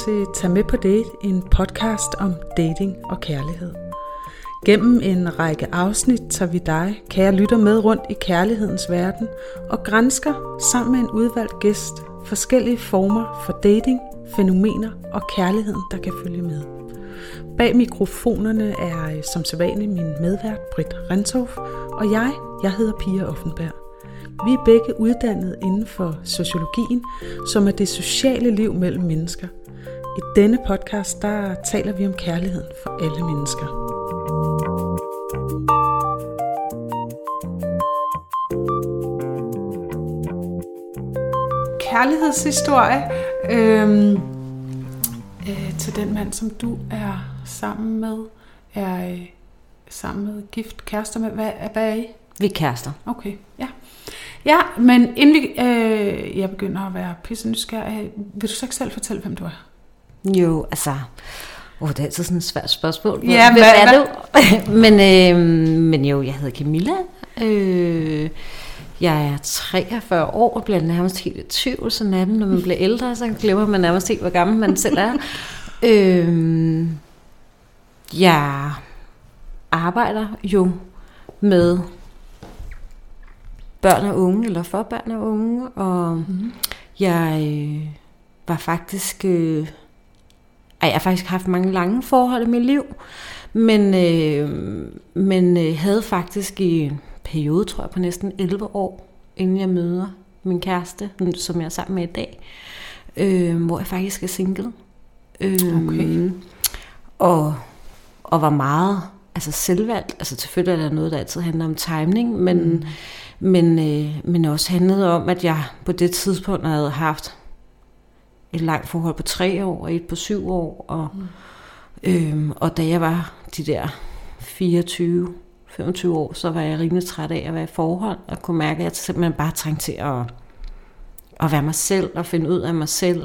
til Tag med på date, en podcast om dating og kærlighed. Gennem en række afsnit tager vi dig, kære lytter, med rundt i kærlighedens verden og gransker sammen med en udvalgt gæst forskellige former for dating, fænomener og kærligheden, der kan følge med. Bag mikrofonerne er som sædvanlig min medvært Britt Renthoff, og jeg hedder Pia Offenberg. Vi er begge uddannet inden for sociologien, som er det sociale liv mellem mennesker. I denne podcast, der taler vi om kærligheden for alle mennesker. Kærlighedshistorie til den mand, som du er sammen med, gift, kærester med. Hvad er I? Vi er kærester. Okay, ja. Ja, men inden jeg begynder at være pisse nysgerrig, vil du så ikke selv fortælle, hvem du er? Jo, altså... det er altid sådan et svært spørgsmål. Ja, hvem er du? men jo, jeg hedder Camilla. Jeg er 43 år og bliver nærmest helt i tvivl, så natten, når man bliver ældre, så glemmer man nærmest helt, hvor gammel man selv er. Jeg arbejder jo med børn og unge, eller for børn og unge, og jeg var faktisk... jeg har faktisk haft mange lange forhold i mit liv, men havde faktisk i en periode, tror jeg, på næsten 11 år, inden jeg møder min kæreste, som jeg er sammen med i dag, hvor jeg faktisk er single. Okay. Og var meget selvvalgt. Altså selvfølgelig er der noget, der altid handler om timing, men også handlede om, at jeg på det tidspunkt havde haft et langt forhold på 3 år og et på 7 år. Og da jeg var de der 24-25 år, så var jeg rimelig træt af at være i forhold, og kunne mærke, at jeg simpelthen bare trængte til at være mig selv og finde ud af mig selv.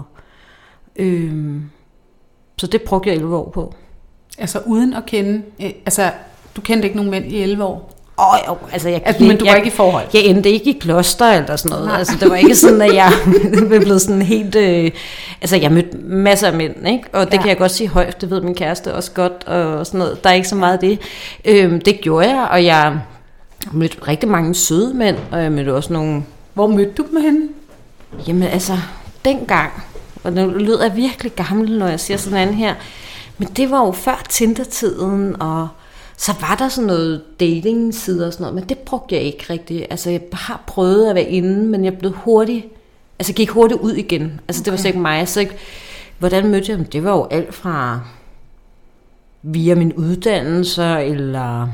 Så det brugte jeg 11 år på. Altså uden at kende... du kendte ikke nogen mænd i 11 år? Men du var ikke i forhold? Jeg endte ikke i kloster eller sådan noget. Altså, det var ikke sådan, at jeg blev sådan helt... jeg mødte masser af mænd, ikke? Og det kan jeg godt sige højt, det ved min kæreste også godt, og sådan noget. Der er ikke så meget af det. Det gjorde jeg, og jeg mødte rigtig mange søde mænd, og jeg mødte også nogle... Hvor mødte du dem henne? Jamen dengang, og nu lyder jeg virkelig gammel, når jeg siger sådan anden her, men det var jo før Tinder-tiden, og så var der sådan noget dating-sider og sådan noget, men det brugte jeg ikke rigtig. Altså, jeg har prøvet at være inde, men jeg blev gik hurtigt ud igen. Altså, det var så ikke mig. Så hvordan mødte jeg dem? Det var jo alt fra via min uddannelse, eller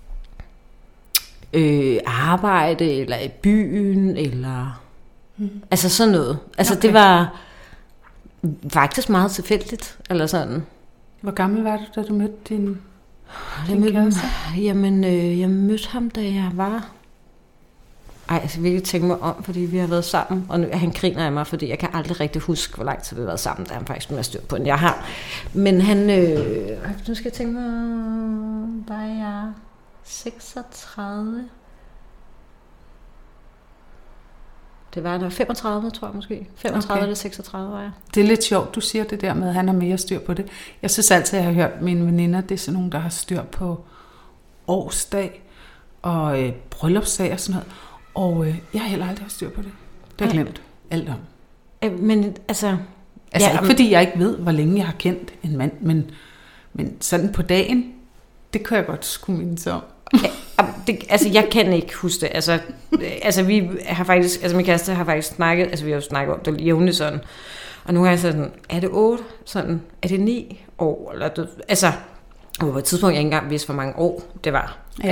arbejde, eller i byen, eller altså sådan noget. Altså, det var faktisk meget tilfældigt, eller sådan. Hvor gammel var du, da du mødte din kæreste? Jamen, jeg mødte ham, da jeg var... jeg vil ikke tænke mig om, fordi vi har været sammen, og nu, han griner af mig, fordi jeg kan aldrig rigtig huske, hvor lang tid vi har været sammen, da han faktisk mere styr på, end jeg har. Men han... nu skal jeg tænke mig... Da jeg 36... Det var der 35, tror jeg måske. 35 eller 36 var jeg. Det er lidt sjovt, du siger det der med, at han har mere styr på det. Jeg synes altid, at jeg har hørt mine veninder, det er sådan nogle, der har styr på årsdag og bryllupsdag og sådan noget. Og jeg har heller aldrig haft styr på det. Det har jeg glemt alt om. Men ikke fordi jeg ikke ved, hvor længe jeg har kendt en mand, men sådan på dagen, det kan jeg godt skulle mindes om. Jeg kan ikke huske det. Vi har faktisk, min kæreste har faktisk snakket, vi har jo snakket om det jævnligt sådan, og nu er jeg sådan, er det 8? Sådan, er det 9 år? Eller det, på et tidspunkt, jeg ikke engang vidste, hvor mange år det var. Ja.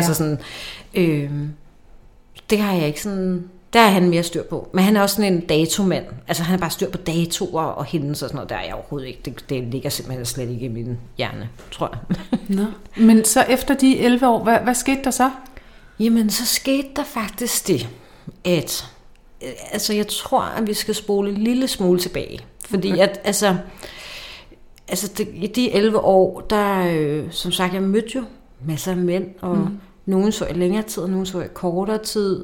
Det har jeg ikke sådan, der er han mere styr på. Men han er også sådan en datomand. Altså, han er bare styr på datoer og hendes og sådan noget. Der er jeg overhovedet ikke. Det ligger simpelthen slet ikke i min hjerne, tror jeg. Nå. Men så efter de 11 år, hvad skete der så? Jamen, så skete der faktisk det, at... jeg tror, at vi skal spole en lille smule tilbage. Fordi i de 11 år, der... som sagt, jeg mødte jo masser af mænd, og nogen så i længere tid, og nogen så i kortere tid,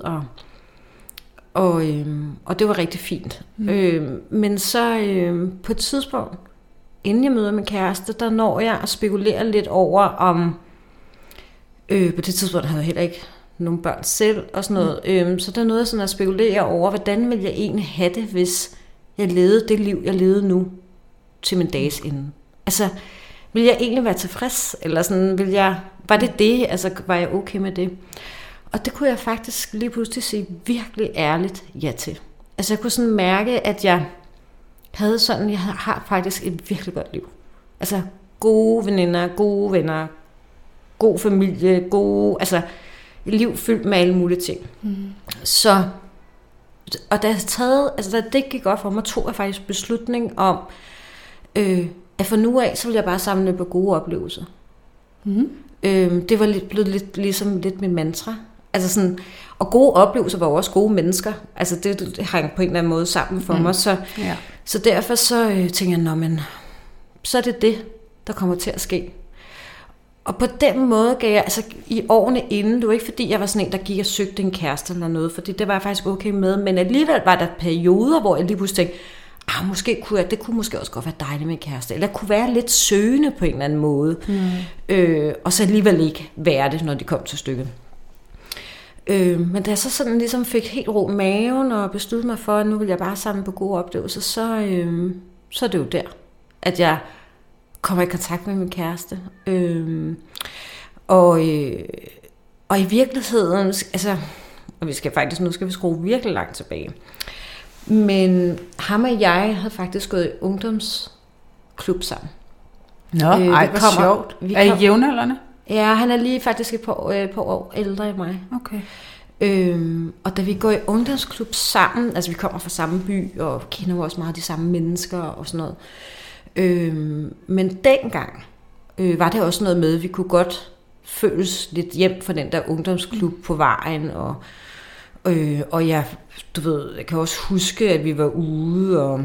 og det var rigtig fint. Men så på et tidspunkt, inden jeg møder min kæreste, der når jeg at spekulere lidt over, om på det tidspunkt havde jeg heller ikke nogen børn selv og sådan noget. Så der er noget sådan at spekulere over, hvordan ville jeg egentlig have det, hvis jeg levede det liv, jeg levede nu, til min dages ende. Altså, vil jeg egentlig være tilfreds? Eller sådan, var det det? Altså, var jeg okay med det? Og det kunne jeg faktisk lige pludselig sige virkelig ærligt ja til. Altså, jeg kunne sådan mærke, at jeg har faktisk et virkelig godt liv. Altså, gode veninder, gode venner, god familie, et liv fyldt med alle mulige ting. Så, og da det gik op for mig, tog jeg faktisk beslutning om, at for nu af, så vil jeg bare samle på gode oplevelser. Det var blevet lidt min mantra. Altså sådan, og gode oplevelser var også gode mennesker. Altså det hang på en eller anden måde sammen for mig. Så derfor så tænker jeg, så er det, der kommer til at ske. Og på den måde gav jeg, altså i årene inden, det var ikke fordi jeg var sådan en, der gik og søgte en kæreste eller noget, fordi det var jeg faktisk okay med, men alligevel var der perioder, hvor jeg lige pludselig tænkte, det kunne måske også godt være dejligt med en kæreste, eller jeg kunne være lidt søgende på en eller anden måde, og så alligevel ikke være det, når de kom til stykket. Men da jeg så sådan ligesom fik helt ro i maven, og besluttede mig for, at nu vil jeg bare samle på gode oplevelser, så er det jo der, at jeg kommer i kontakt med min kæreste. Og i virkeligheden, altså, og nu skal vi skrue virkelig langt tilbage. Men ham og jeg havde faktisk gået i ungdomsklub sammen. Nå, hvor sjovt. Er I jævnaldrende? Ja, han er lige faktisk et par år ældre end mig. Okay. Og da vi går i ungdomsklub sammen, altså vi kommer fra samme by, og kender jo også meget de samme mennesker og sådan noget. Men dengang var det også noget med, at vi kunne godt føles lidt hjem fra den der ungdomsklub på vejen, og jeg kan også huske, at vi var ude, og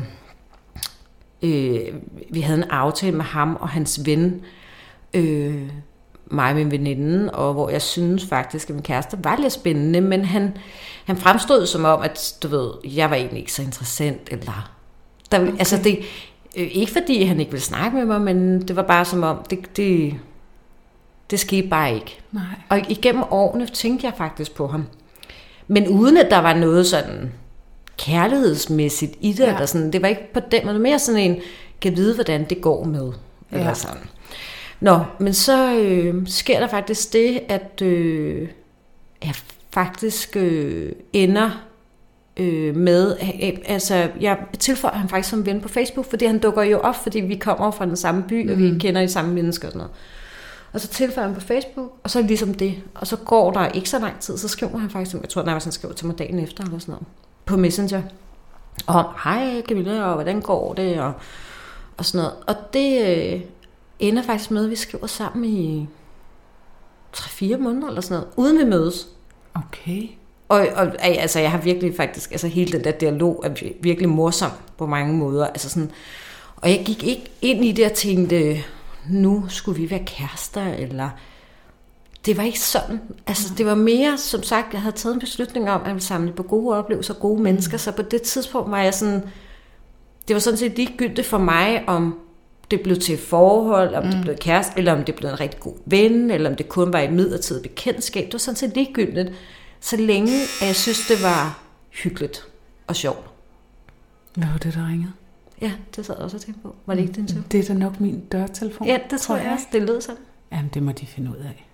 vi havde en aftale med ham og hans ven, mig og min veninde, og hvor jeg synes faktisk, at min kæreste var lidt spændende, men han fremstod som om, at jeg var egentlig ikke så interessant, eller altså det ikke fordi han ikke ville snakke med mig, men det var bare som om, det skete bare ikke. Nej. Og igennem årene tænkte jeg faktisk på ham. Men uden at der var noget sådan kærlighedsmæssigt i det, eller sådan, det var ikke på den måde, mere sådan en, kan vide, hvordan det går med, eller sådan. Nå, men så sker der faktisk det, at jeg faktisk ender med, altså jeg tilføjer ham faktisk som ven på Facebook, fordi han dukker jo op, fordi vi kommer fra den samme by, og vi kender de samme mennesker og sådan noget. Og så tilføjer han på Facebook, og så ligesom det, og så går der ikke så lang tid, så skriver han faktisk, jeg tror nærmest han skriver til mig dagen efter, eller sådan noget, på Messenger, og hej Camilla, og hvordan går det, og sådan noget. Og det ender faktisk med, at vi skriver sammen i 3-4 måneder, eller sådan noget, uden vi mødes. Okay. Og altså, jeg har virkelig faktisk, altså hele den der dialog er virkelig morsom på mange måder, altså sådan, og jeg gik ikke ind i det og tænkte, nu skulle vi være kærester, eller det var ikke sådan, altså det var mere, som sagt, jeg havde taget en beslutning om, at jeg ville samle på gode oplevelser, gode mennesker, så på det tidspunkt var jeg sådan, det var sådan set ligegyldigt for mig, om det blev til et forhold, om det blev kæreste, eller om det blev en rigtig god ven, eller om det kun var et midlertidigt bekendtskab, det var sådan set ligegyldigt, så længe jeg synes, det var hyggeligt og sjovt. Hvad var det, der ringede? Ja, det sad jeg også og tænkte på. Var det ikke din tur? Det er da nok min dørtelefon. Ja, det tror jeg også. Det lød sådan. Jamen, det må de finde ud af.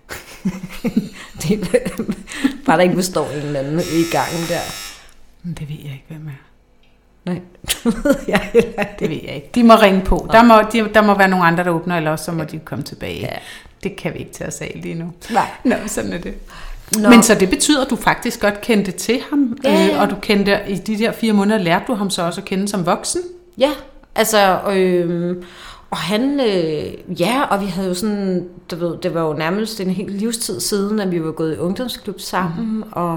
Bare der ikke består en eller anden i gangen der. Men det ved jeg ikke, hvem er. Nej, det ved jeg ikke. De må ringe på. Der må være nogle andre, der åbner, eller også så må de komme tilbage. Ja. Det kan vi ikke tage os af lige nu. Nej. Nå, sådan er det. Men så det betyder, at du faktisk godt kendte til ham, og du kendte i de der 4 måneder, lærte du ham så også at kende som voksen? Ja, altså, og han, og vi havde jo sådan, det var jo nærmest en hel livstid siden, at vi var gået i ungdomsklub sammen, og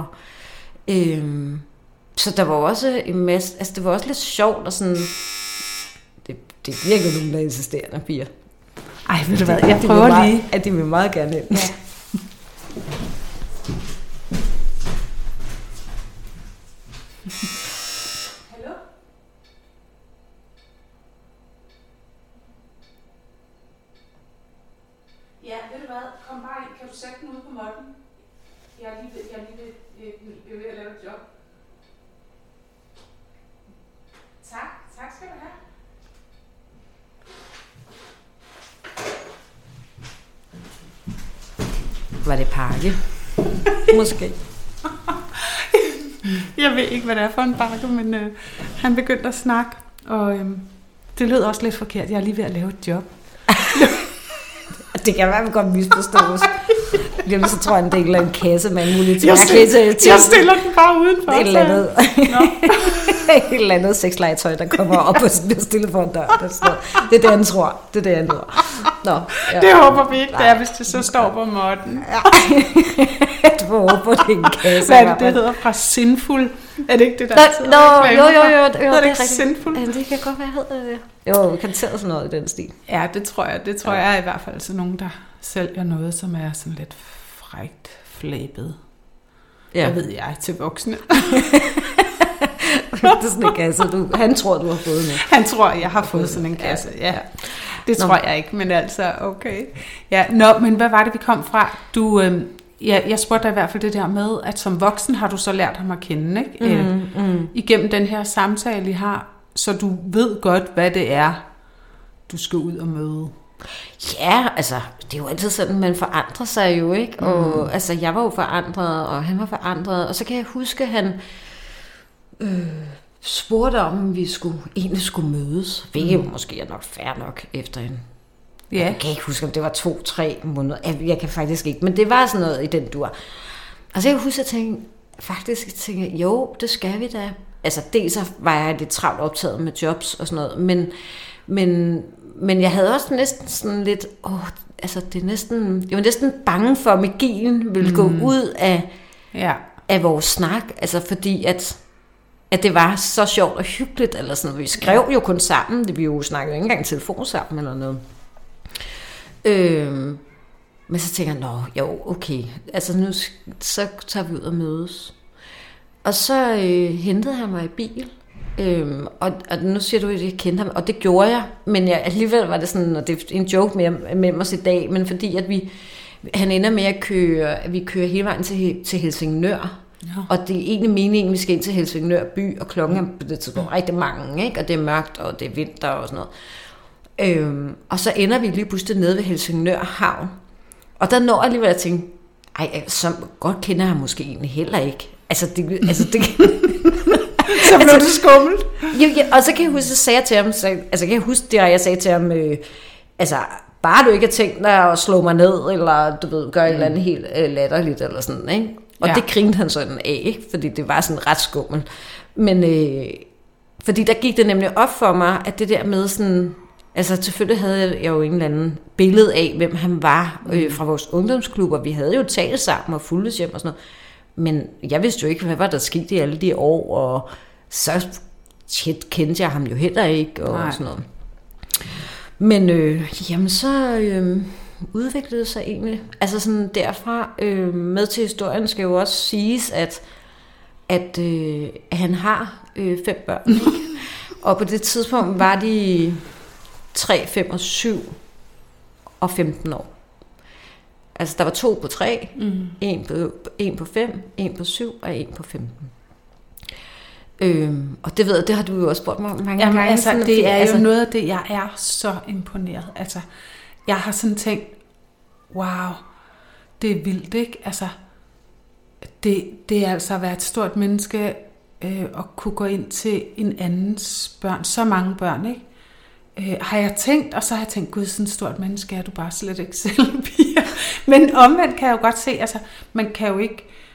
så der var også en masse, altså det var også lidt sjovt, og sådan, det er virkelig nogle der insisterende piger. Ej, ved du hvad, jeg prøver lige. At de vil meget gerne ind. Ja. Ja, ved du hvad? Kom bare ind. Kan du sætte den ude på måtten? Jeg er lige ved at lave et job. Tak skal du have. Var det pakke? Måske. Jeg ved ikke, hvad det er for en bakke, men han begyndte at snakke, og det lød også lidt forkert. Jeg er lige ved at lave et job. Det kan være, at vi godt misforstås. Jamen, så tror jeg, en del af en kasse med en mulighed til jeg stiller den bare udenfor. Et eller andet. Et eller andet sexlegetøj, der kommer op og bliver stille for en dør. Det er det, han tror. Det er det, han tror. Nå, ja. Det håber vi ikke, det er, hvis det så står på måtten. Ja. Jeg håber, det er en kasse. Hvad det hedder fra Sinful? Er det ikke det, der Jo, det er ikke Sinful. Ja, det kan godt være, hedder det. Jo, vi kan tage sådan noget i den stil. Ja, det tror jeg er i hvert fald sådan nogen, der sælger noget, som er sådan lidt frækt flabet. Ja. Hvad ved jeg, til voksne. Det er sådan en kasse. Han tror, du har fået noget. Han tror, jeg har fået sådan en kasse, ja. Det tror jeg ikke, men altså, okay. Ja, men hvad var det, vi kom fra? Du, jeg spurgte dig i hvert fald det der med, at som voksen har du så lært ham at kende, ikke? Igennem den her samtale, I har, så du ved godt, hvad det er, du skal ud og møde. Ja, altså, det er jo altid sådan, man forandrer sig jo, ikke? Og altså, jeg var jo forandret, og han var forandret, og så kan jeg huske, at han spurgte om, vi egentlig skulle mødes. Hvilket måske er nok fair nok efter en. Ja. Jeg kan ikke huske, om det var 2-3 måneder. Jeg kan faktisk ikke, men det var sådan noget i den dur. Og så kan jeg huske, at jeg tænkte, jo, det skal vi da. Altså, dels var jeg lidt travlt optaget med jobs og sådan noget, men jeg havde også næsten sådan lidt, altså jeg var næsten bange for, at magien ville gå ud af vores snak, altså fordi at det var så sjovt og hyggeligt, eller sådan. Vi skrev jo kun sammen, vi jo snakkede ikke engang telefon sammen eller noget. Men så tænker jeg, okay, altså nu så tager vi ud og mødes. Og så hentede han mig i bil, og nu siger du, at jeg kendte ham, og det gjorde jeg, men alligevel var det sådan, og det er en joke med os i dag, men fordi at han ender med at vi kører hele vejen til Helsingør, og det er egentlig meningen, vi skal ind til Helsingør by, og klokken er på det tidspunkt rigtig mange, ikke? Og det er mørkt, og det er vinter og sådan noget. Og så ender vi lige pludselig nede ved Helsingør havn, og der når alligevel at tænke, så godt kender jeg ham måske egentlig heller ikke. Altså det så blev det skummelt. Og så kan jeg huske, jeg sagde til ham, altså bare du ikke har tænkt dig at slå mig ned, eller du ved, gøre et eller andet helt latterligt, eller sådan, ikke? Og det grinede han sådan af, ikke? Fordi det var sådan ret skummelt. Men fordi der gik det nemlig op for mig, at det der med sådan, altså selvfølgelig havde jeg jo en eller anden billede af, hvem han var fra vores ungdomsklubber. Vi havde jo talt sammen og fulgtes hjem og sådan noget. Men jeg vidste jo ikke, hvad var der skete i alle de år, og så kendte jeg ham jo heller ikke, og sådan noget. Men jamen så udviklede det sig egentlig. Altså sådan derfra med til historien skal jo også siges, at han har 5 børn. Ikke? Og på det tidspunkt var de 3, 5 og 7 og 15 år. Altså der var 2 på 3, en på 5, en på 7 og en på 15. Og det ved jeg, det har du jo også spurgt mig mange gange. Altså, det er jo noget af det, jeg er så imponeret. Altså, jeg har sådan tænkt, wow, det er vildt, ikke? Altså, det er altså at være et stort menneske og kunne gå ind til en andens børn, så mange børn, ikke? Har jeg tænkt, og så har jeg tænkt, gud, sådan et stort menneske er du bare slet ikke selv, Pia. Men omvendt kan jeg jo godt se, altså, man kan jo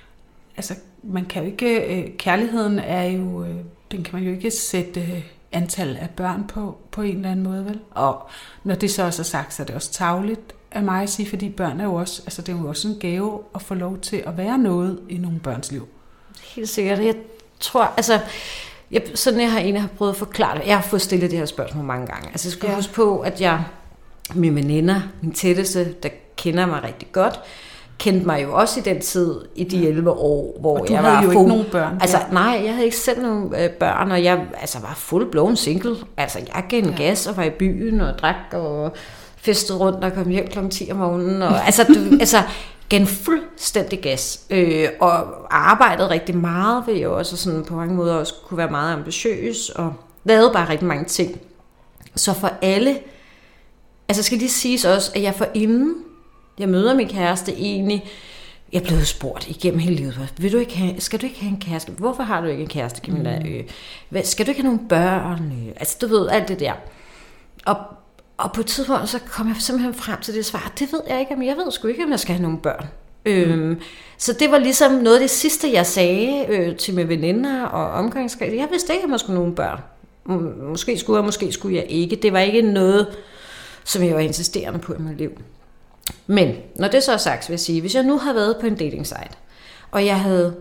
ikke, kærligheden er jo, den kan man jo ikke sætte antal af børn på en eller anden måde, vel? Og når det så også er sagt, så er det også tarveligt af mig at sige, fordi børn er jo også, altså det er jo også en gave at få lov til at være noget i nogle børns liv. Helt sikkert. Jeg tror, altså, sådan jeg har prøvet at forklare det. Jeg har fået stillet det her spørgsmål mange gange. Altså jeg skal huske på, at mine veninder, min tætteste, der kender mig rigtig godt, kendte mig jo også i den tid, i de 11 år, hvor jeg var... Og du havde jo ikke nogen børn. Altså, nej, jeg havde ikke selv nogen børn, og jeg var full blown single. Altså, jeg gav en gas og var i byen og drak og festede rundt og kom hjem kl. 10 om morgenen. Og, gav fuldstændig gas. Og arbejdede rigtig meget, ved jeg også sådan på mange måder også kunne være meget ambitiøs, og lavede bare rigtig mange ting. Så for alle, skal lige siges også, at jeg forinden jeg møder min kæreste egentlig, jeg blev spurgt igennem hele livet, skal du ikke have en kæreste? Hvorfor har du ikke en kæreste, Camilla? Skal du ikke have nogle børn? Du ved, alt det der. Og på et tidspunkt, så kom jeg simpelthen frem til det svar, det ved jeg ikke, men jeg ved sgu ikke, om jeg skal have nogle børn. Så det var ligesom noget af det sidste, jeg sagde til mine veninder og omgangskreds. Jeg vidste ikke, om jeg skulle have nogle børn. Måske skulle jeg, måske skulle jeg ikke. Det var ikke noget, som jeg var insisterende på i mit liv. Men når det så er sagt, vil jeg sige, hvis jeg nu havde været på en dating site, og jeg havde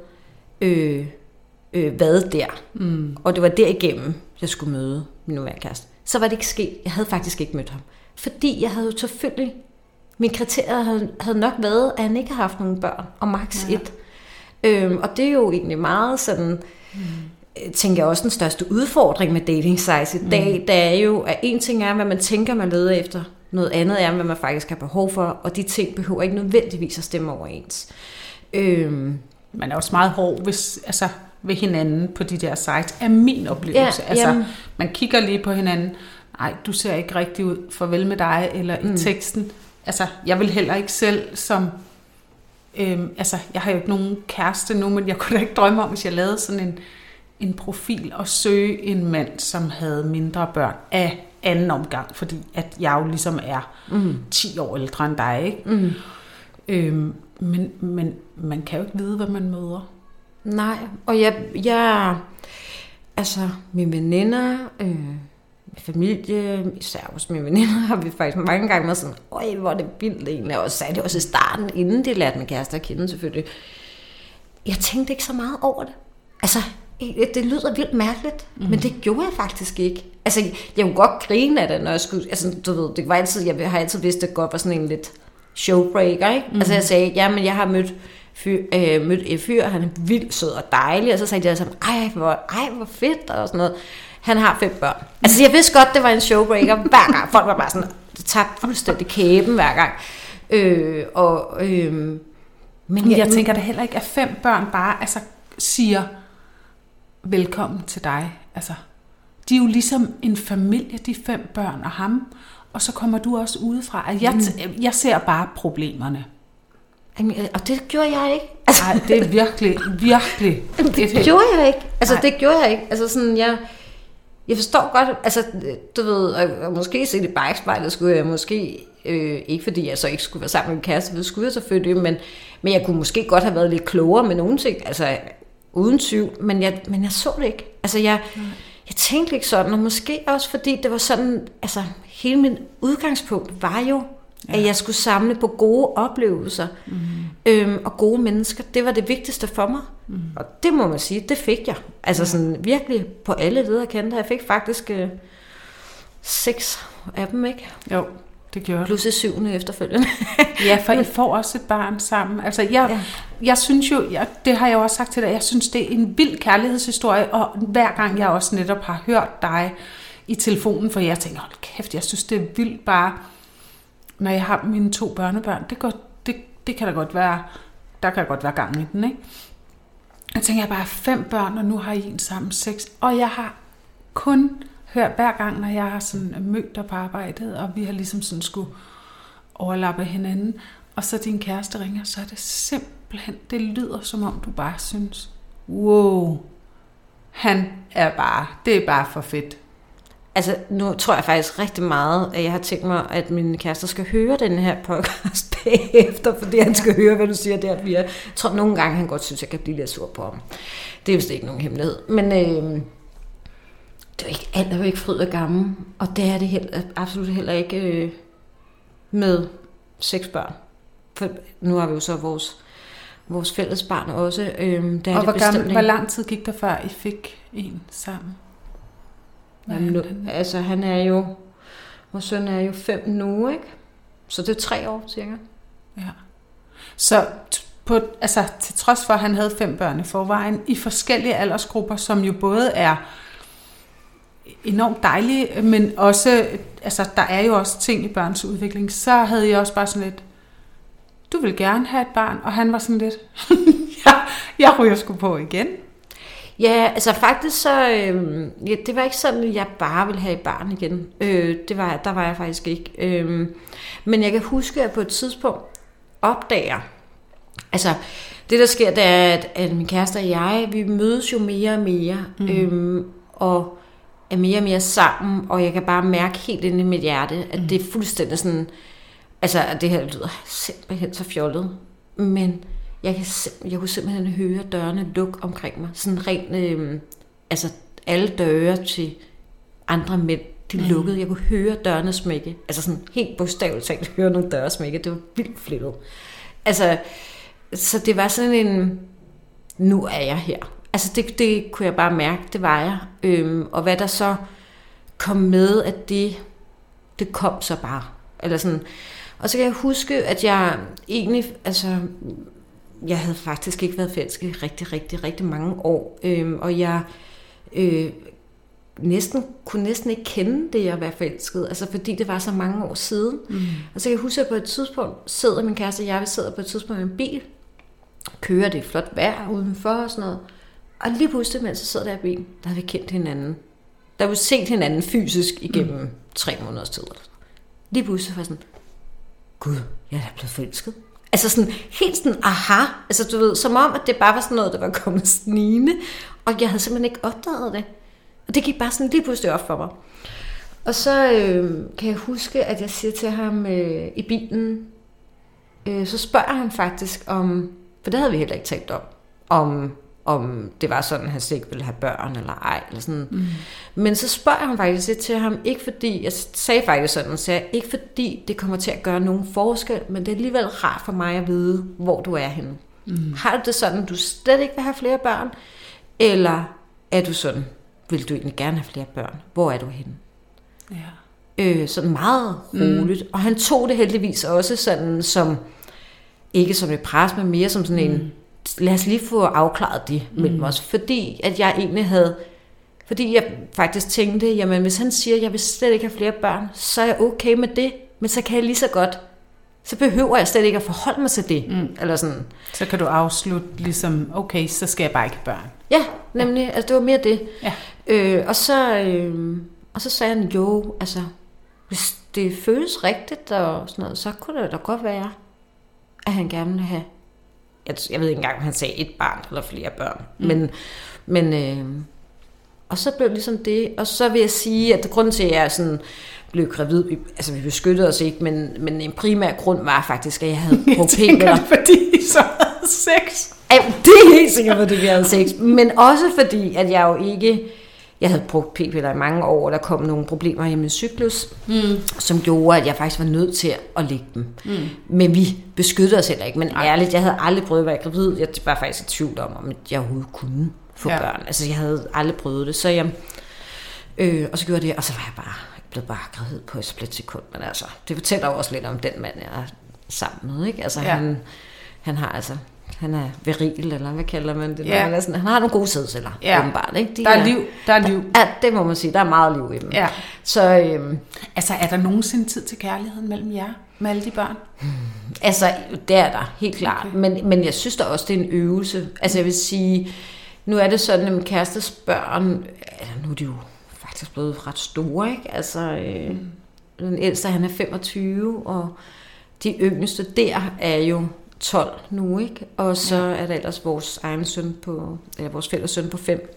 været der, og det var derigennem, jeg skulle møde min nuværende kæreste, så var det ikke sket. Jeg havde faktisk ikke mødt ham. Fordi jeg havde jo selvfølgelig, mine kriterier havde nok været, at han ikke havde haft nogen børn, og maks 1. Og det er jo egentlig meget sådan, tænker jeg også, den største udfordring med dating sites i dag, der er jo, at en ting er, hvad man tænker, man leder efter, noget andet er, hvad man faktisk har behov for, og de ting behøver ikke nødvendigvis at stemme overens. Man er også meget hård ved hinanden på de der sites, er min oplevelse. Man kigger lige på hinanden, nej, du ser ikke rigtig ud, farvel med dig, eller i teksten. Jeg vil heller ikke selv som, jeg har jo ikke nogen kæreste nu, men jeg kunne da ikke drømme om, hvis jeg lavede sådan en profil og søge en mand, som havde mindre børn af anden omgang, fordi at jeg jo ligesom er 10 år ældre end dig, ikke? Men man kan jo ikke vide, hvad man møder. Nej, og jeg mine veninder, familie, især hos mine veninder, har vi faktisk mange gange været sådan, hvor er det vildt egentlig, og sagde det også i starten, inden de lærte min kæreste at kende selvfølgelig. Jeg tænkte ikke så meget over det. Det lyder vildt mærkeligt, men det gjorde jeg faktisk ikke. Jeg kunne godt grine af det, når jeg skulle, du ved, det var altid, jeg har altid vidst, at det godt var sådan en lidt showbreaker, ikke? Jeg sagde, men jeg har mødt en fyr, han er vildt sød og dejlig, og så sagde de sådan, ej, hvor fedt, og sådan noget. Han har 5 børn. Jeg vidste godt, det var en showbreaker hver gang. Folk var bare sådan, det tabte fuldstændig kæben hver gang. Men jeg tænker da heller ikke, at 5 børn bare siger, velkommen til dig. De er jo ligesom en familie, de 5 børn og ham, og så kommer du også udefra. Jeg ser bare problemerne. Og det gjorde jeg ikke. Nej, det er virkelig. Det gjorde jeg ikke. Det gjorde jeg ikke. Jeg forstår godt, du ved, og måske set i bagspejlet skulle jeg måske, ikke fordi jeg så ikke skulle være sammen med min kæreste, det skulle jeg selvfølgelig, men jeg kunne måske godt have været lidt klogere med nogle ting, uden tvivl, men jeg så det ikke. Jeg tænkte ikke sådan, og måske også fordi det var sådan, hele min udgangspunkt var jo, at jeg skulle samle på gode oplevelser og gode mennesker. Det var det vigtigste for mig. Og det må man sige, det fik jeg. Sådan virkelig på alle leder kanter. Jeg fik faktisk 6 af dem, ikke? Jo, det gjorde plus det 7. efterfølgende. Ja, for I får også et barn sammen. Jeg synes jo, det har jeg også sagt til dig, jeg synes, det er en vild kærlighedshistorie, og hver gang jeg også netop har hørt dig i telefonen, for jeg tænker, hold kæft, jeg synes, det er vildt bare, når jeg har mine 2 børnebørn, det kan da godt være, der kan godt være gang i den, ikke? Jeg tænker, jeg bare 5 børn, og nu har I en sammen 6, og jeg har kun hørt hver gang, når jeg har sådan mødt dig på arbejdet, og vi har ligesom sådan skulle overlappe hinanden, og så din kæreste ringer, så er det simpelthen, det lyder som om du bare synes, wow, det er bare for fedt. Nu tror jeg faktisk rigtig meget, at jeg har tænkt mig, at min kæreste skal høre den her podcast bagefter, fordi han skal høre, hvad du siger der. Jeg tror nogle gange, han godt synes, jeg kan blive lidt sur på ham. Det er vist ikke nogen hemmelighed. Men det er ikke alt, er jo ikke fryd og gammel, og det er det absolut heller ikke med 6 børn. For nu har vi jo så vores fælles barn også. Og hvor lang tid gik der før, I fik en sammen? Han er jo, vores søn er jo 5 nu, ikke? Så det er 3 år cirka. Ja. Så til trods for, at han havde 5 børn i forvejen, i forskellige aldersgrupper, som jo både er enormt dejligt, men også, altså der er jo også ting i børns udvikling. Så havde jeg også bare sådan lidt, du vil gerne have et barn, og han var sådan lidt, jeg ryger sgu på igen. Ja, altså faktisk så, det var ikke sådan, at jeg bare ville have et barn igen. Der var jeg faktisk ikke. Men jeg kan huske, at på et tidspunkt opdager, altså det der sker, det er, at min kæreste og jeg, vi mødes jo mere og mere, og er mere og mere sammen, og jeg kan bare mærke helt inde i mit hjerte, at det er fuldstændig sådan, altså det her lyder simpelthen så fjollet, men jeg kunne simpelthen høre dørene lukke omkring mig. Sådan rent, altså alle døre til andre mænd, de lukkede. Jeg kunne høre dørene smække. Altså sådan helt bogstaveligt talt høre nogle døre smække. Det var vildt flippet. Altså, så det var sådan en, nu er jeg her. Altså det kunne jeg bare mærke, det var jeg. Og hvad der så kom med, at det kom så bare. Eller sådan. Og så kan jeg huske, at jeg egentlig, altså jeg havde faktisk ikke været forelsket i rigtig mange år, og jeg kunne næsten ikke kende det at være forelsket, altså fordi det var så mange år siden. Og så kan jeg huske, at på et tidspunkt sidder min kæreste og jeg, vi sidder på et tidspunkt i en bil, kører det flot vejr udenfor og sådan noget, og lige pludselig, mens jeg sidder der i bilen, der har vi kendt hinanden. Der har vi set hinanden fysisk igennem 3 måneders tid. Lige pludselig var sådan, gud, jeg er da blevet forelsket. Altså sådan, helt sådan, aha, altså du ved, som om, at det bare var sådan noget, der var kommet snigende, og jeg havde simpelthen ikke opdaget det. Og det gik bare sådan lige pludselig op for mig. Og så kan jeg huske, at jeg siger til ham i bilen, så spørger han faktisk om, for det havde vi heller ikke talt om det var sådan, at han ikke ville have børn eller ej. Eller sådan. Men så spørger han faktisk til ham, ikke fordi, jeg sagde faktisk sådan, ikke fordi det kommer til at gøre nogen forskel, men det er alligevel rart for mig at vide, hvor du er henne. Har du det sådan, du slet ikke vil have flere børn? Eller er du sådan, vil du egentlig gerne have flere børn? Hvor er du henne? Ja. Sådan meget roligt. Og han tog det heldigvis også sådan som, ikke som et pres, men mere som sådan en, lad os lige få afklaret det mellem os. Fordi at jeg egentlig fordi jeg faktisk tænkte, jamen hvis han siger, at jeg vil slet ikke have flere børn, så er jeg okay med det, men så kan jeg lige så godt, så behøver jeg slet ikke at forholde mig til det. Eller sådan. Så kan du afslutte ligesom, okay, så skal jeg bare ikke have børn. Ja, nemlig, altså det var mere det. Ja. Og så sagde han, jo, altså hvis det føles rigtigt og sådan noget, så kunne det da godt være, at han gerne ville have, jeg ved ikke engang, om han sagde 1 barn eller flere børn, men og så blev det ligesom det, og så vil jeg sige, at grunden til, at jeg sådan blev gravid, altså vi beskyttede os ikke, men en primær grund var faktisk, at jeg havde brugt p-piller. Fordi I så havde sex. Ja, det er helt sikkert, fordi vi havde sex, men også fordi, at jeg jo ikke, jeg havde brugt p-piller i mange år, og der kom nogle problemer i min cyklus, som gjorde, at jeg faktisk var nødt til at lægge dem. Men vi beskyttede os heller ikke, men ærligt, jeg havde aldrig prøvet at være gravid, jeg var faktisk i tvivl om jeg overhovedet kunne få børn. Altså, jeg havde aldrig prøvet det, så jeg, og så gjorde det, og så var jeg blev bare gravid på et splitsekund, men altså, det fortæller jo også lidt om den mand, jeg er sammen med, ikke? Altså, han har altså, han er viril, eller hvad kalder man det? Ja. Han har nogle gode sædceller, åbenbart, ikke? Der er liv. Ja, det må man sige, der er meget liv i dem. Ja. Så, altså, er der nogensinde tid til kærligheden mellem jer, med alle de børn? Altså, det er der, helt klart. Okay. Men jeg synes da også, det er en øvelse. Altså, jeg vil sige, nu er det sådan, at min kærestes børn, nu er de jo faktisk blevet ret store, ikke? Altså, den ældste, han er 25, og de yngste der er jo 12 nu, ikke? Og så er der ellers vores egen søn på, eller vores fælles søn på 5.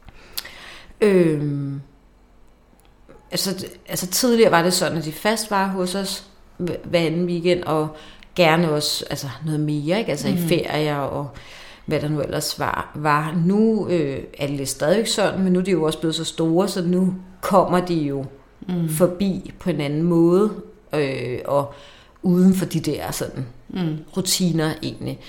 Altså tidligere var det sådan, at de fast var hos os hver anden weekend, og gerne også altså noget mere, ikke? Altså i ferier og hvad der nu ellers var. Nu er det stadigvæk sådan, men nu er de jo også blevet så store, så nu kommer de jo forbi på en anden måde, og uden for de der sådan rutiner egentlig.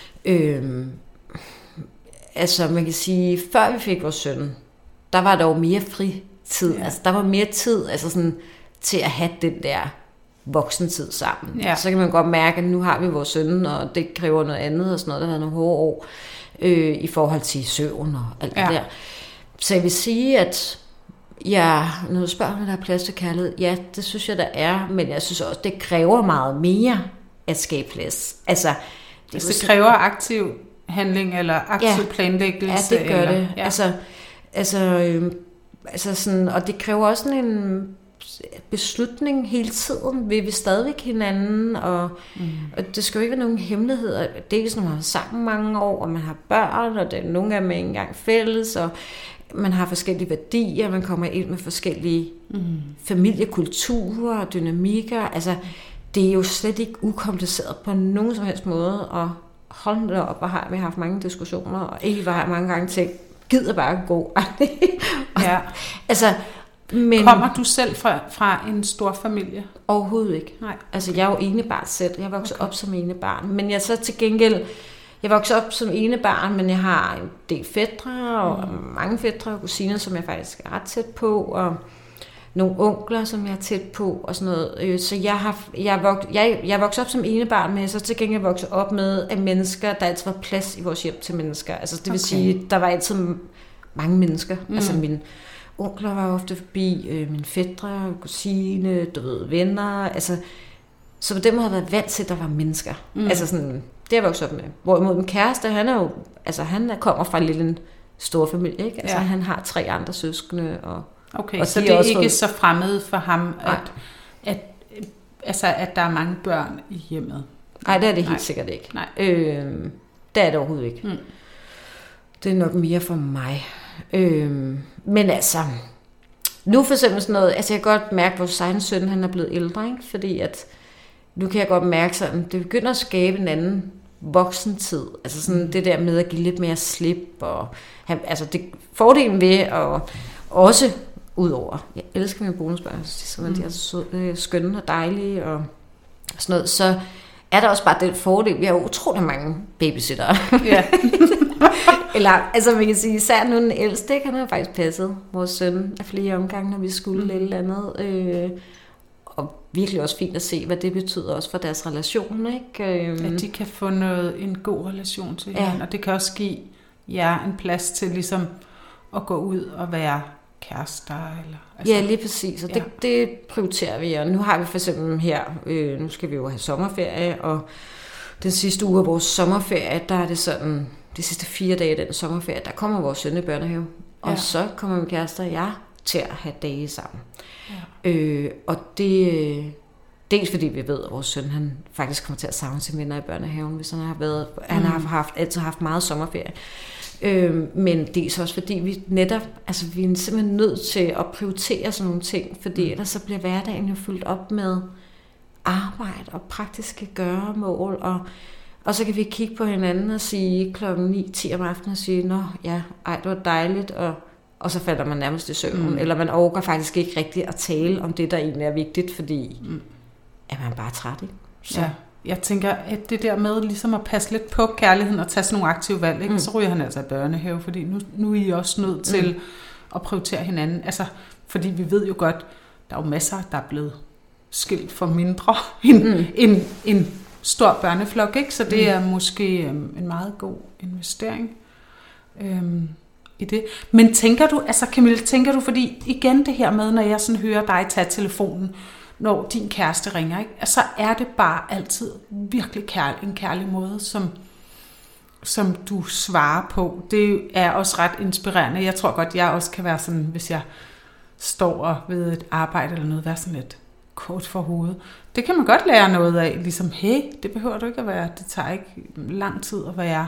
Altså man kan sige, før vi fik vores søn, der var der jo mere fritid. Ja. Altså der var mere tid altså sådan, til at have den der voksentid sammen. Ja. Så kan man godt mærke, at nu har vi vores søn, og det kræver noget andet og sådan noget. Der har været nogle hårde år i forhold til søvn og alt det der. Så jeg vil sige, at Ja, når du spørger, om der er plads til kærlighed, ja, det synes jeg, der er, men jeg synes også, det kræver meget mere at skabe plads. Altså, det kræver aktiv handling eller aktiv planlæggelse. Ja, det gør eller, det. Ja. Altså sådan, og det kræver også sådan en beslutning hele tiden. Vil vi stadigvæk hinanden, og det skal jo ikke være nogen hemmeligheder. Dels når man har sammen mange år, og man har børn, og det er nogle af dem ikke engang fælles, og man har forskellige værdier, man kommer ind med forskellige familiekulturer og dynamikker. Altså, det er jo slet ikke ukompliceret på nogen som helst måde, og hold da op, vi har haft mange diskussioner, og Eva har mange gange tænkt, gider bare gå. Ja. Altså, men kommer du selv fra en stor familie? Overhovedet ikke. Nej. Altså, jeg er jo enebarn selv. Jeg voksede op som enebarn. Men jeg så til gengæld, jeg voksede op som enebarn, men jeg har en del fætre, og mange fætre og kusiner, som jeg faktisk er ret tæt på, og nogle onkler, som jeg er tæt på, og sådan noget. Så jeg voksede op som enebarn, men jeg så til gengæld voksede op med, at mennesker, der altid var plads i vores hjem til mennesker. Altså, det vil sige, der var altid mange mennesker. Altså, mine onkler var ofte forbi, mine fætre, kusine, venner. Altså, så på den måde har jeg været vant til, at der var mennesker. Altså sådan, det er jeg vokset op med. Hvorimod min kæreste, han kommer fra en lille stor familie, ikke? Altså, han har 3 andre søskende, og så det er ikke så fremmed for ham, at der er mange børn i hjemmet? Nej, det er det helt sikkert ikke. Det er det overhovedet ikke. Det er nok mere for mig. Men altså, nu for eksempel sådan noget, altså jeg kan godt mærke, at vores egen søn, han er blevet ældre, ikke? Fordi at, nu kan jeg godt mærke sådan, det begynder at skabe en anden voksentid. Altså sådan det der med at give lidt mere slip, og altså det fordelen ved at også udover, jeg elsker mine bonusbørn, de er så skønne og dejlige og sådan noget, så er der også bare den fordel, vi har utrolig mange babysittere. Ja. Eller, altså man kan sige, især nu den ældste, han har faktisk passet vores søn af flere omgange, når vi skulle eller andet. Og virkelig også fint at se, hvad det betyder også for deres relation, ikke? At de kan få en god relation til hinanden, og det kan også give jer en plads til ligesom at gå ud og være kærester. Eller, altså. Ja, lige præcis, og det prioriterer vi, og nu har vi for eksempel her, nu skal vi jo have sommerferie, og den sidste uge af vores sommerferie, der er det sådan, de sidste 4 dage af den sommerferie, der kommer vores søn i børnehave, og så kommer min kæreste og jeg til at have dage sammen. Ja. Og det dels fordi vi ved, at vores søn, han faktisk kommer til at savne sine venner i børnehaven, hvis han har altid haft meget sommerferie. Men dels også fordi vi netop, altså vi er simpelthen nødt til at prioritere sådan nogle ting, fordi ellers så bliver hverdagen jo fyldt op med arbejde og praktiske gøremål, og så kan vi kigge på hinanden og sige klokken 9-10 om aftenen og sige, det var dejligt, og så falder man nærmest i søvn, eller man overgår faktisk ikke rigtigt at tale om det, der egentlig er vigtigt, fordi at man bare er træt, ikke? Så. Ja, jeg tænker, at det der med ligesom at passe lidt på kærligheden og tage sådan nogle aktive valg, ikke? Så ryger han altså i børnehave, fordi nu er I også nødt til at prioritere hinanden. Altså, fordi vi ved jo godt, der er jo masser, der er blevet skilt for mindre end en stor børneflok, ikke? Så det er måske en meget god investering i det. Men tænker du, altså Camille, fordi igen det her med, når jeg sådan hører dig tage telefonen, når din kæreste ringer, ikke? Altså er det bare altid virkelig en kærlig måde, som du svarer på. Det er også ret inspirerende. Jeg tror godt, jeg også kan være sådan, hvis jeg står ved et arbejde eller noget, være sådan lidt kort for hovedet. Det kan man godt lære noget af, ligesom, hey, det behøver du ikke at være. Det tager ikke lang tid at være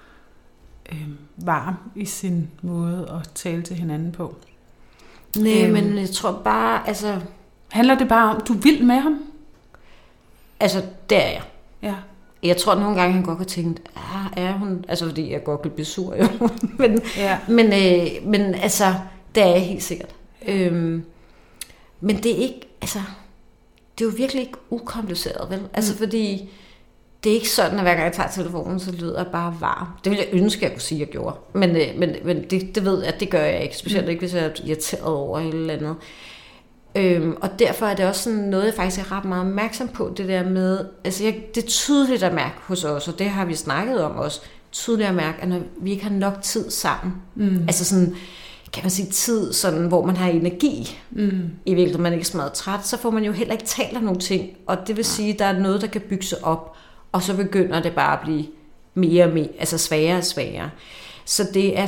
varm i sin måde at tale til hinanden på. Nej, men jeg tror bare, altså... Handler det bare om, du vil med ham? Altså, det er jeg. Ja. Jeg tror, at nogle gange han godt har tænkt, er hun... Altså, fordi jeg godt kan blive sur, jo. men altså, det er jeg helt sikkert. Men det er ikke, altså... Det er jo virkelig ikke ukompliceret, vel? Altså, fordi... Det er ikke sådan, at hver gang jeg tager telefonen, så lyder jeg bare varm. Det ville jeg ønske, jeg kunne sige, at jeg gjorde. Men det ved jeg, at det gør jeg ikke. Specielt ikke, hvis jeg er irriteret over et eller andet. Og derfor er det også sådan noget, jeg faktisk er ret meget opmærksom på. Det der med, altså det er tydeligt at mærke hos os, og det har vi snakket om også. Tydeligt at mærke, at når vi ikke har nok tid sammen. Altså sådan, kan man sige, tid, sådan, hvor man har energi, i virkeligheden man ikke er smadret træt, så får man jo heller ikke talt om nogle ting, og det vil sige, at der er noget, der kan bygge sig op, og så begynder det bare at blive mere og mere, altså sværere og sværere. Så det er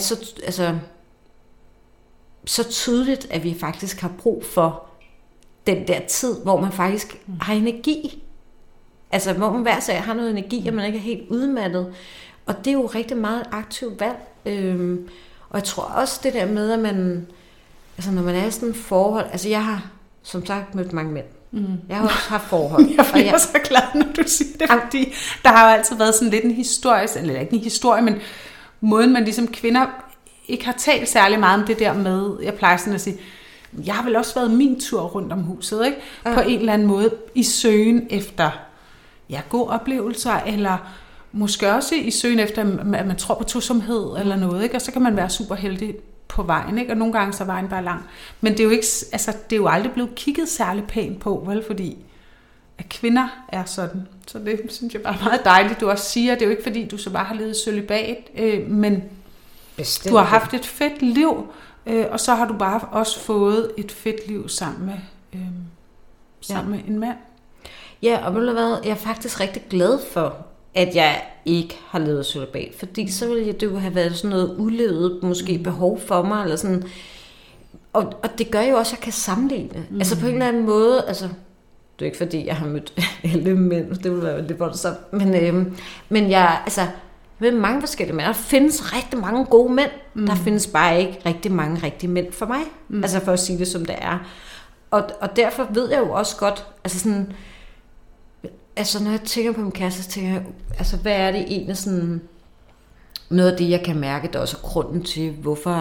så tydeligt, at vi faktisk har brug for den der tid, hvor man faktisk har energi. Altså, hvor man hver sag har noget energi, og man ikke er helt udmattet. Og det er jo rigtig meget aktivt valg. Og jeg tror også det der med, at man, altså når man er i sådan et forhold, altså jeg har som sagt mødt mange mænd. Jeg har også haft forhold. Jeg bliver så glad, når du siger det, fordi der har jo altid været sådan lidt en historie, eller ikke en historie, men måden man ligesom kvinder ikke har talt særlig meget om det der med, jeg plejer sådan at sige, jeg har vel også været min tur rundt om huset, ikke? På en eller anden måde i søgen efter gode oplevelser, eller måske også i søgen efter, at man tror på tosomhed eller noget, ikke? Og så kan man være super heldig på vejen, ikke? Og nogle gange så er vejen bare lang. Men det er jo ikke, altså det er jo aldrig blevet kigget særlig pænt på, vel? Fordi at kvinder er sådan. Så det synes jeg bare er meget dejligt, du også siger. Det er jo ikke fordi, du så bare har levet cølibat, men bestemt. Du har haft et fedt liv, og så har du bare også fået et fedt liv sammen med en mand. Ja, og ved du hvad, jeg er faktisk rigtig glad for, at jeg ikke har levet cølibat, fordi så ville det jo have været sådan noget ulevet, måske behov for mig, eller sådan. Og det gør jo også, at jeg kan sammenligne. Altså på en eller anden måde, altså, det er ikke fordi, jeg har mødt alle mænd, det ville være lidt voldsomt, men jeg, altså, ved mange forskellige mænd. Der findes rigtig mange gode mænd. Der findes bare ikke rigtig mange rigtige mænd for mig. Altså for at sige det, som det er. Og derfor ved jeg jo også godt, altså sådan, altså når jeg tænker på min kæreste, så tænker jeg, altså hvad er det egentlig sådan, noget af det, jeg kan mærke, der også er grunden til, hvorfor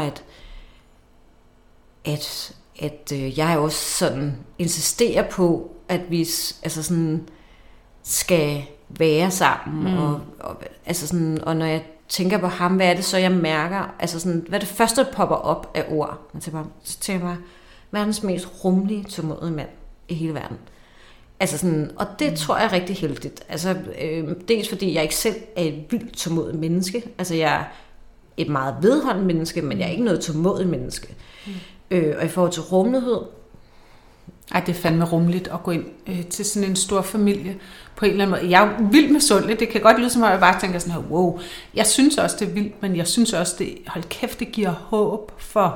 at jeg også sådan insisterer på, at vi altså sådan skal være sammen, og altså sådan, og når jeg tænker på ham, hvad er det så, jeg mærker, altså sådan, hvad er det første, der popper op af ord? Så tænker jeg bare, verdens mest rummelige, tålmodige mand i hele verden. Altså sådan, og det tror jeg er rigtig heldigt. Altså, dels fordi jeg ikke selv er et vildt tålmodigt menneske, altså jeg er et meget vedholdende menneske, men jeg er ikke noget tålmodigt menneske. Og i forhold til rummelighed, ej, det er fandme rummeligt at gå ind til sådan en stor familie på en eller anden måde. Jeg er jo vildt misundelig. Det kan godt lyde som om, jeg bare tænker sådan her, wow. Jeg synes også, det er vildt, men jeg synes også, det, hold kæft, det giver håb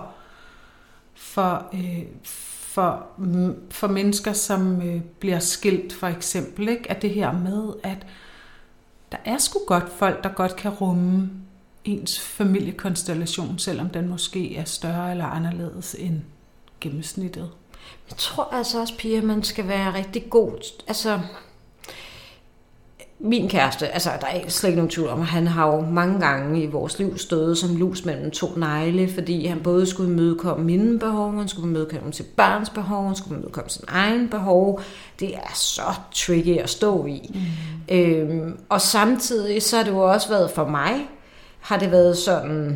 for mennesker, som bliver skilt, for eksempel. Ikke? At det her med, at der er sgu godt folk, der godt kan rumme ens familiekonstellation, selvom den måske er større eller anderledes end gennemsnittet. Jeg tror altså også, Pia, at man skal være rigtig god. Altså, min kæreste, altså der er slet ikke nogen tvivl om, at han har jo mange gange i vores liv stået som lus mellem to negle, fordi han både skulle imødekomme mine behov, han skulle imødekomme sit barns behov, han skulle imødekomme sin egen behov. Det er så tricky at stå i. Og samtidig så har det jo også været for mig, har det været sådan,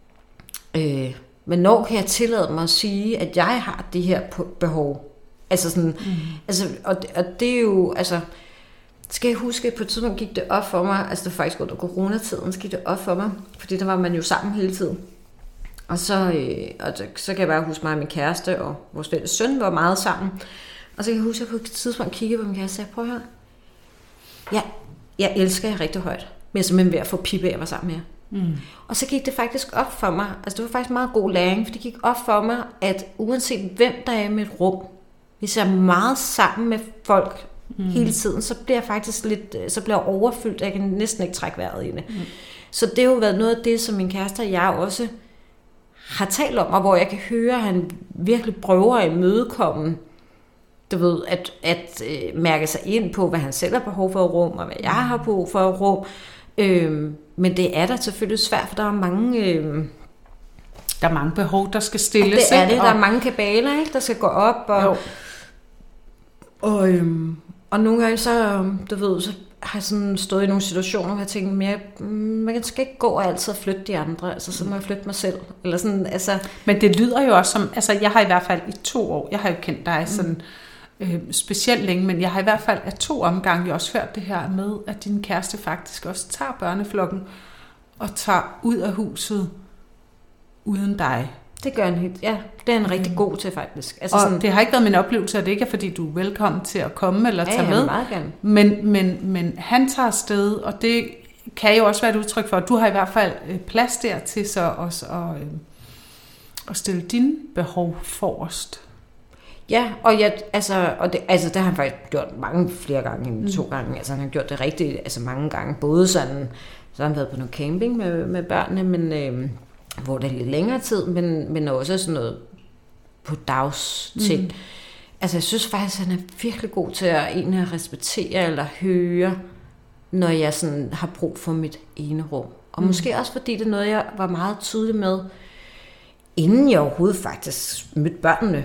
men når kan jeg tillade mig at sige, at jeg har det her behov? Altså sådan, altså, og det er jo, altså, skal jeg huske, at på et tidspunkt gik det op for mig, altså det var faktisk under coronatiden, så gik det op for mig, fordi der var man jo sammen hele tiden. Og så kan jeg bare huske mig og min kæreste og vores fælles søn var meget sammen. Og så kan jeg huske, at jeg på et tidspunkt kiggede på min kæreste og sagde, prøv at høre, jeg elsker jer rigtig højt, men jeg er simpelthen ved at få pibe af at være sammen med jer. Og så gik det faktisk op for mig, altså det var faktisk meget god læring, for det gik op for mig, at uanset hvem der er med et rum, hvis jeg er meget sammen med folk hele tiden, så bliver jeg faktisk lidt, så bliver jeg overfyldt, jeg kan næsten ikke trække vejret i det. Så det har jo været noget af det, som min kæreste og jeg også har talt om, og hvor jeg kan høre, at han virkelig prøver at imødekomme, du ved, at mærke sig ind på, hvad han selv har behov for et rum, og hvad jeg har behov for et rum. Men det er da selvfølgelig svært, for der er mange... der er mange behov, der skal stilles. Det er det, der er mange kabaler, ikke, der skal gå op. Og nogle gange så, du ved, så har jeg sådan stået i nogle situationer, hvor jeg tænker, man skal ikke gå og altid flytte de andre, altså så må jeg flytte mig selv. Eller sådan, altså. Men det lyder jo også som, altså jeg har i hvert fald i 2 år, jeg har jo kendt dig sådan specielt længe, men jeg har i hvert fald af 2 omgange også hørt det her med, at din kæreste faktisk også tager børneflokken og tager ud af huset uden dig. Det gør han helt. Ja, det er han rigtig god til faktisk. Altså og sådan, det har ikke været min oplevelse, at det ikke er fordi, du er velkommen til at komme eller tage med. meget gerne. Men han tager afsted, og det kan jo også være et udtryk for, at du har i hvert fald plads der til så også at stille dine behov forrest. Ja, og det har han faktisk gjort flere gange end 2 gange. Altså han har gjort det rigtig mange gange. Både sådan, så har han været på noget camping med børnene, men hvor det er lidt længere tid, men også sådan noget på dagsting. Altså jeg synes faktisk, at han er virkelig god til at egentlig respektere eller høre, når jeg sådan har brug for mit ene rum. Og måske også fordi det er noget, jeg var meget tydelig med, inden jeg overhovedet faktisk mødte børnene.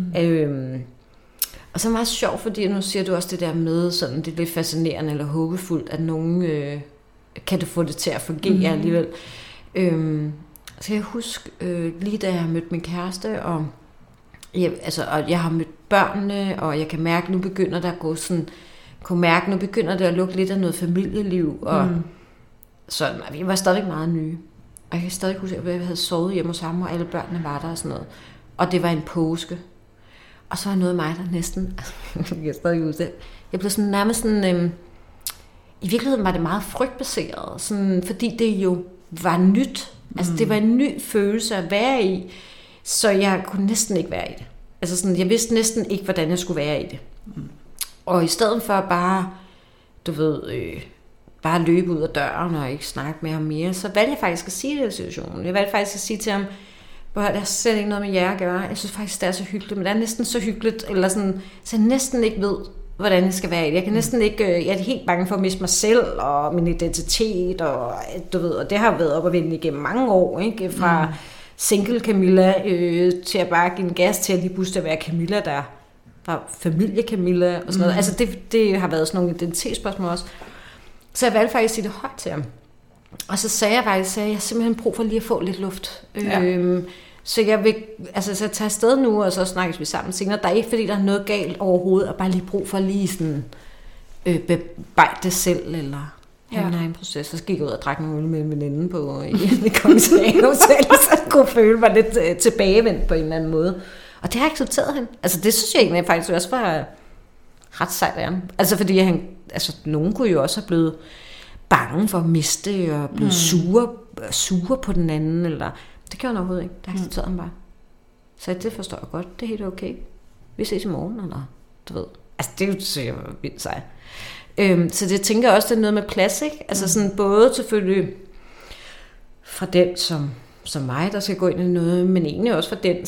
Og så er det meget sjovt, fordi nu siger du også det der med, sådan, det er lidt fascinerende eller håbefuldt, at nogen kan du få det til at fungere alligevel. Så jeg husker lige da jeg mødte min kæreste, og jeg har mødt børnene, og jeg kan mærke, nu begynder der at gå sådan, nu begynder det at lukke lidt af noget familieliv, og sådan, vi var stadig meget nye. Og jeg kan stadig huske, at jeg havde sovet hjemme hos ham, og alle børnene var der og sådan noget. Og det var en påske. Og så var noget af mig, der næsten, jeg stadig huske det, jeg blev sådan nærmest sådan, i virkeligheden var det meget frygtbaseret, sådan, fordi det jo var nyt. Altså det var en ny følelse at være i, så jeg kunne næsten ikke være i det. Altså sådan, jeg vidste næsten ikke, hvordan jeg skulle være i det. Og i stedet for bare, bare løbe ud af døren og ikke snakke med ham mere, så valgte jeg faktisk at sige det i situationen. Jeg valgte faktisk at sige til ham, det har slet ikke noget med jer at gøre. Jeg synes faktisk, det er så hyggeligt, men det er næsten så hyggeligt, eller sådan, så jeg næsten ikke ved, hvordan jeg skal være i det. Jeg kan næsten ikke, jeg er helt bange for at miste mig selv og min identitet, og og det har været op og vende igennem mange år, ikke? Fra single Camilla til at bare give en gas til at lige pludselig være Camilla, der var familie Camilla og sådan noget. Altså det har været sådan nogle identitetsspørgsmål også. Så jeg valgte faktisk at sige det højt til ham. Og så sagde jeg faktisk, at jeg simpelthen brug for lige at få lidt luft. Så jeg vil så tage afsted nu, og så snakkes vi sammen senere. Der er ikke, fordi der er noget galt overhovedet, og bare lige brug for lige sådan bearbejde det selv, eller have en egen proces. Så gik jeg ud og drak nogle øl med en veninde på i Kommissariat, så jeg kunne føle mig lidt tilbagevendt på en eller anden måde. Og det har jeg accepteret hende. Altså det synes jeg egentlig faktisk også var ret sejt af ham. Altså fordi nogen kunne jo også have blevet bange for at miste, og blevet sure på den anden, eller det gjorde han overhovedet ikke. Det accepterede han bare. Så det forstår jeg godt. Det er helt okay. Vi ses i morgen, eller du ved. Altså det er jo så vildt sejt. Så det tænker jeg også, det er noget med plads, ikke? Altså sådan både selvfølgelig fra den som mig, der skal gå ind i noget, men egentlig også fra den,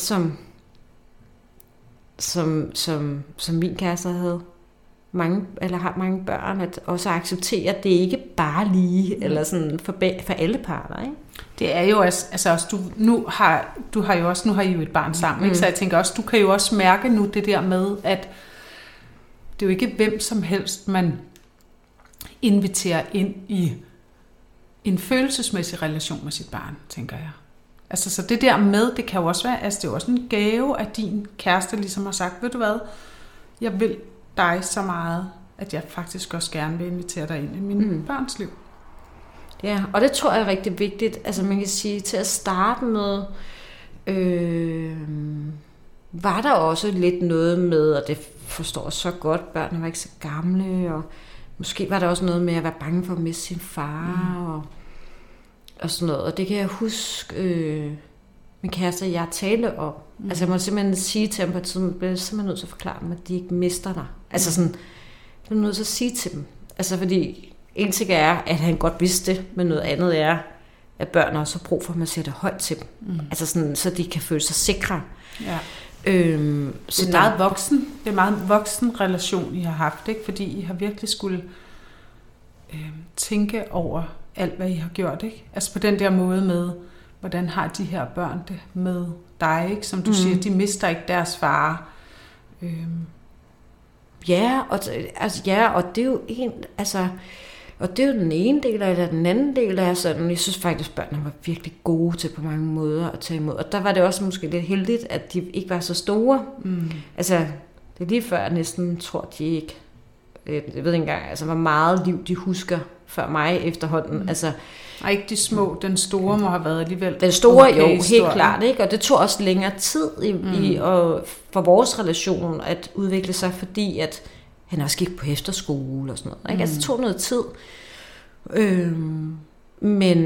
som min kæreste havde har mange børn, at også acceptere, at det ikke bare lige, eller sådan for alle parter, ikke? Det er jo også, nu har I jo et barn sammen, ikke? Så jeg tænker også, du kan jo også mærke nu det der med, at det er jo ikke hvem som helst, man inviterer ind i en følelsesmæssig relation med sit barn, tænker jeg. Altså, så det der med, det kan jo også være, det er jo også en gave, at din kæreste ligesom har sagt, ved du hvad, jeg vil dig så meget, at jeg faktisk også gerne vil invitere dig ind i min børns liv. Ja, og det tror jeg er rigtig vigtigt. Altså man kan sige, til at starte med, var der også lidt noget med, og det forstår jeg så godt, børnene var ikke så gamle, og måske var der også noget med at være bange for at miste sin far, og sådan noget. Og det kan jeg huske, min kæreste og jeg talte om. Altså jeg må simpelthen sige til ham på et tidspunkt, jeg simpelthen nødt til at forklare dem, at de ikke mister dig. Altså sådan, jeg er nødt til at sige til dem. Altså fordi, en ting er, at han godt vidste det, men noget andet er, at børn også har brug for, at man sætter højt til dem. Altså sådan, så de kan føle sig sikre. Ja. Så det er meget voksen relation, I har haft, ikke? Fordi I har virkelig skulle tænke over alt, hvad I har gjort, ikke? Altså på den der måde med, hvordan har de her børn det med dig, ikke? Som du siger, de mister ikke deres far. Ja, og det er jo og det er jo den ene del af det, den anden del af sådan, jeg synes faktisk, at børnene var virkelig gode til på mange måder at tage imod. Og der var det også måske lidt heldigt, at de ikke var så store. Altså, det er lige før, jeg næsten tror, de ikke, jeg ved ikke engang, altså hvor meget liv de husker før mig efterhånden. Altså, og ikke de små, den store må have været alligevel. Den store okay, jo, helt klart, ikke? Og det tog også længere tid for vores relation at udvikle sig, fordi at han også gik på efterskole og sådan noget, ikke? Altså det tog noget tid. Men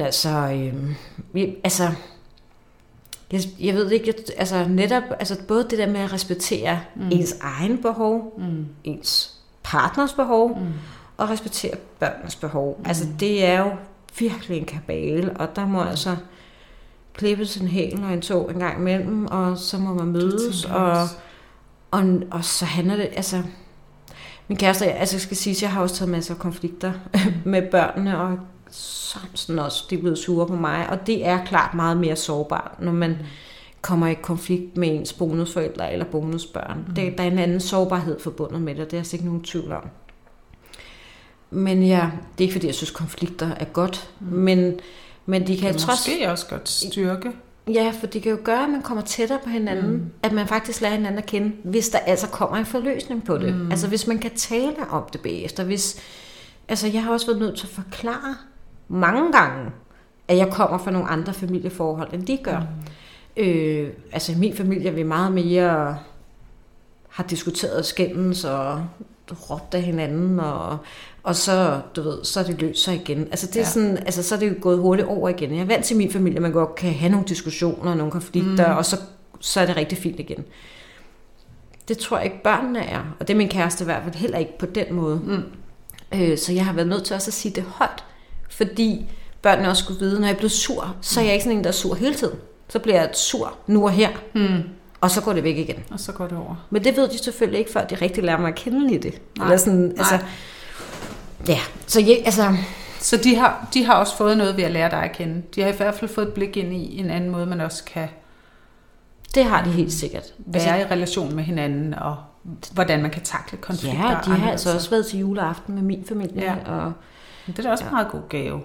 jeg ved ikke, netop både det der med at respektere ens egen behov, ens partners behov, og respektere børnenes behov. Altså det er jo virkelig en kabale, og der må altså klippes en hæl og en tog en gang imellem, og så må man mødes, og så handler det, min kæreste, jeg skal sige, jeg har også taget masser af konflikter med børnene, og sådan også, de er blevet sure på mig, og det er klart meget mere sårbart, når man kommer i konflikt med ens bonusforældre eller bonusbørn. Der er en anden sårbarhed forbundet med det, det er altså ikke nogen tvivl om. Men ja, det er ikke fordi, jeg synes, konflikter er godt, men de kan trods... Måske også godt styrke. Ja, for det kan jo gøre, at man kommer tættere på hinanden, at man faktisk lærer hinanden at kende, hvis der altså kommer en forløsning på det. Altså hvis man kan tale om det bagefter. Jeg har også været nødt til at forklare mange gange, at jeg kommer fra nogle andre familieforhold, end de gør. I min familie er vi meget mere har diskuteret skændes og råbt af hinanden, og så, du ved, så er det løst sig igen. Altså det er sådan, så er det jo gået hurtigt over igen. Jeg er vant til min familie, man godt kan have nogle diskussioner og nogle konflikter, og så er det rigtig fint igen. Det tror jeg ikke børnene er, og det er min kæreste i hvert fald heller ikke på den måde. Så jeg har været nødt til også at sige det højt, fordi børnene også skulle vide, når jeg er blevet sur, så er jeg ikke sådan en, der er sur hele tiden. Så bliver jeg sur nu og her, og så går det væk igen. Og så går det over. Men det ved de selvfølgelig ikke, før de rigtig lærer mig at kende i det. Nej. Eller sådan, ja, så de har også fået noget ved at lære dig at kende. De har i hvert fald fået et blik ind i en anden måde, man også kan... Det har de helt sikkert. Være i relation med hinanden, og hvordan man kan takle konflikter. Ja, de har altså også været til juleaften med min familie. Ja. Og, det er da også en meget god gave.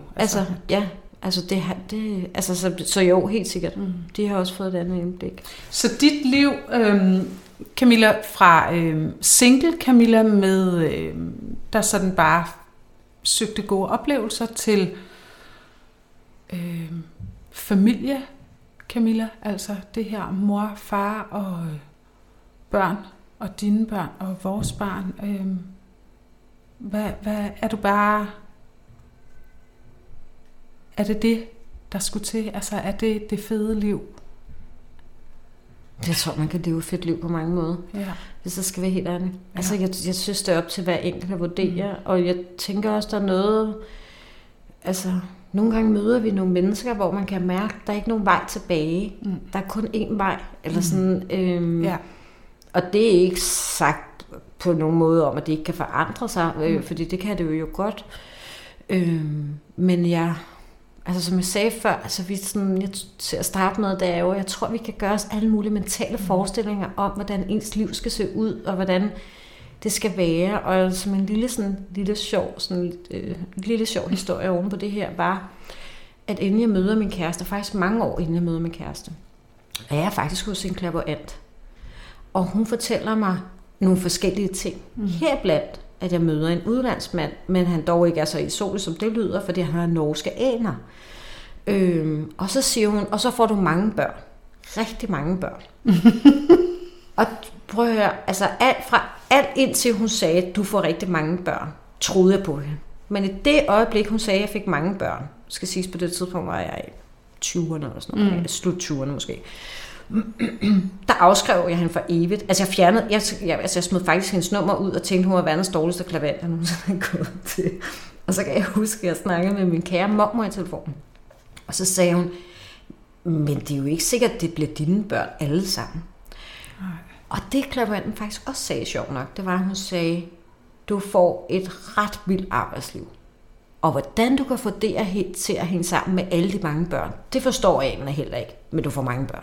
Så jo, helt sikkert. De har også fået et andet indblik. Så dit liv, Camilla, fra single Camilla med, der sådan bare søgte gode oplevelser, til familie Camilla, altså det her mor, far og børn, og dine børn og vores barn. Hvad er du bare... Er det, der skulle til? Altså, er det fede liv? Jeg tror, man kan leve et fedt liv på mange måder. Ja. Hvis jeg skal være helt ærlig. Ja. Altså, jeg synes, det er op til hver enkelt at vurdere. Og jeg tænker også, der er noget... Altså, nogle gange møder vi nogle mennesker, hvor man kan mærke, at der er ikke nogen vej tilbage. Der er kun én vej. Eller sådan, og det er ikke sagt på nogen måde om, at det ikke kan forandre sig. Fordi det kan det jo godt. Men som jeg sagde før, jeg starter med, det er jo, jeg tror, vi kan gøre os alle mulige mentale forestillinger om, hvordan ens liv skal se ud, og hvordan det skal være. Og som en lille sjov historie oven på det her, var, at inden jeg møder min kæreste, faktisk mange år inden jeg møder min kæreste, er jeg faktisk hos en clairvoyant. Og hun fortæller mig nogle forskellige ting. Herblandt, at jeg møder en udlandsmand, men han dog ikke er så eksotisk, som det lyder, fordi han har norske aner. Og så siger hun, og så får du mange børn. Rigtig mange børn. Og prøv at høre, alt indtil hun sagde, at du får rigtig mange børn, troede jeg på hende. Men i det øjeblik, hun sagde, at jeg fik mange børn, skal siges på det tidspunkt, var jeg i 20'erne eller sådan noget, slut 20'erne måske, der afskrev jeg hende for evigt. Altså jeg smed faktisk hendes nummer ud og tænkte, hun var verdens dårligste clairvoyant, jeg nogensinde har gået til. Og så kan jeg huske, at jeg snakkede med min kære mormor i telefonen. Og så sagde hun, men det er jo ikke sikkert, at det bliver dine børn alle sammen. Nej. Og det clairvoyanten faktisk også sagde sjovt nok, det var, at hun sagde, du får et ret vildt arbejdsliv. Og hvordan du kan få det til at hænge sammen med alle de mange børn, det forstår jeg heller ikke, men du får mange børn.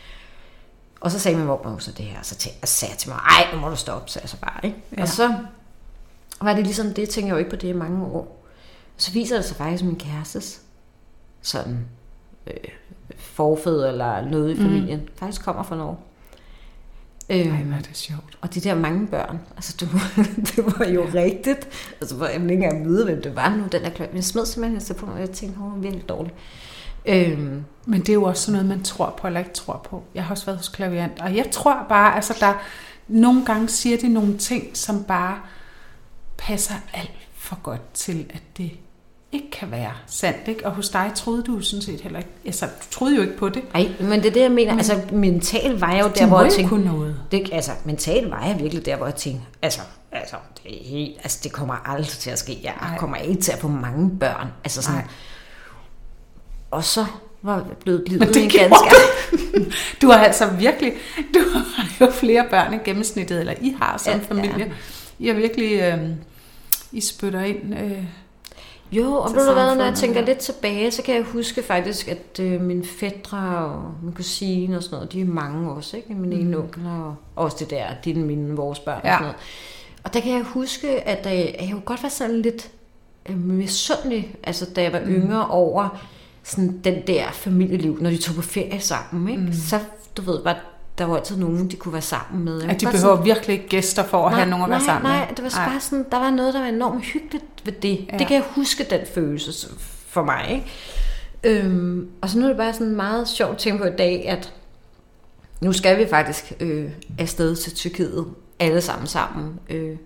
Og så sagde min mormor så det her, så sagde jeg til mig, ej, nu må du stoppe, sagde jeg så bare, ikke? Ja. Og så var det ligesom det, tænker jeg jo ikke på det i mange år. Så viser det sig faktisk, at min kærestes sådan forfædre eller noget i familien faktisk kommer fra Norge. Ej, hvor er det sjovt. Og de der mange børn, altså det var jo rigtigt. Altså jeg ville ikke engang vide, hvem det var nu, den der klaviant. Jeg smed simpelthen på, og jeg tænkte, hun var virkelig dårlig. Men det er jo også sådan noget, man tror på eller ikke tror på. Jeg har også været hos klaviant, og jeg tror bare, altså der nogle gange siger de nogle ting, som bare passer alt for godt til, at det ikke kan være sandt, ikke? Og hos dig troede du sådan set heller ikke, altså du troede jo ikke på det. Nej, men det er det, jeg mener, altså mentalt var jeg jo der, hvor jeg tænkte, noget. Altså mentalt var jeg virkelig der, hvor jeg tænkte, altså det er helt, altså det kommer aldrig til at ske, jeg kommer ikke til at få mange børn, altså sådan. Og så var blevet livet en ganske. Du har altså virkelig, du har jo flere børn i gennemsnittet, eller I har som familie. Ja. I har virkelig, I spytter ind. Jo, og når jeg tænker lidt tilbage, så kan jeg huske faktisk, at mine fætre og min kusine og sådan noget, de er mange også, ikke? Mine ene onkler og også det der, de er mine, vores børn og sådan noget. Og der kan jeg huske, at jeg jo godt var sådan lidt misundelig, altså da jeg var yngre over sådan den der familieliv, når de tog på ferie sammen, ikke? Så du ved, der var altid nogen, de kunne være sammen med. At de behøver virkelig ikke gæster for at have nogen at være sammen med. Nej, det var bare sådan, der var noget, der var enormt hyggeligt ved det. Ja. Det kan jeg huske, den følelse for mig, ikke? Og så nu er det bare sådan en meget sjov ting på i dag, at nu skal vi faktisk afsted til Tyrkiet, alle sammen,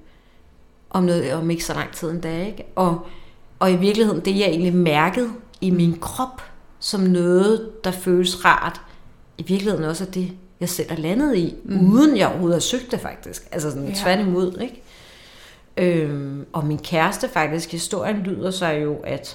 om ikke så lang tid endda, ikke? Og i virkeligheden, det jeg egentlig mærkede i min krop, som noget, der føles rart, i virkeligheden også er det, jeg selv er landet i, uden jeg overhovedet har søgt det faktisk. Altså sådan tværtimod, ikke? Og min kæreste faktisk, historien lyder så jo, at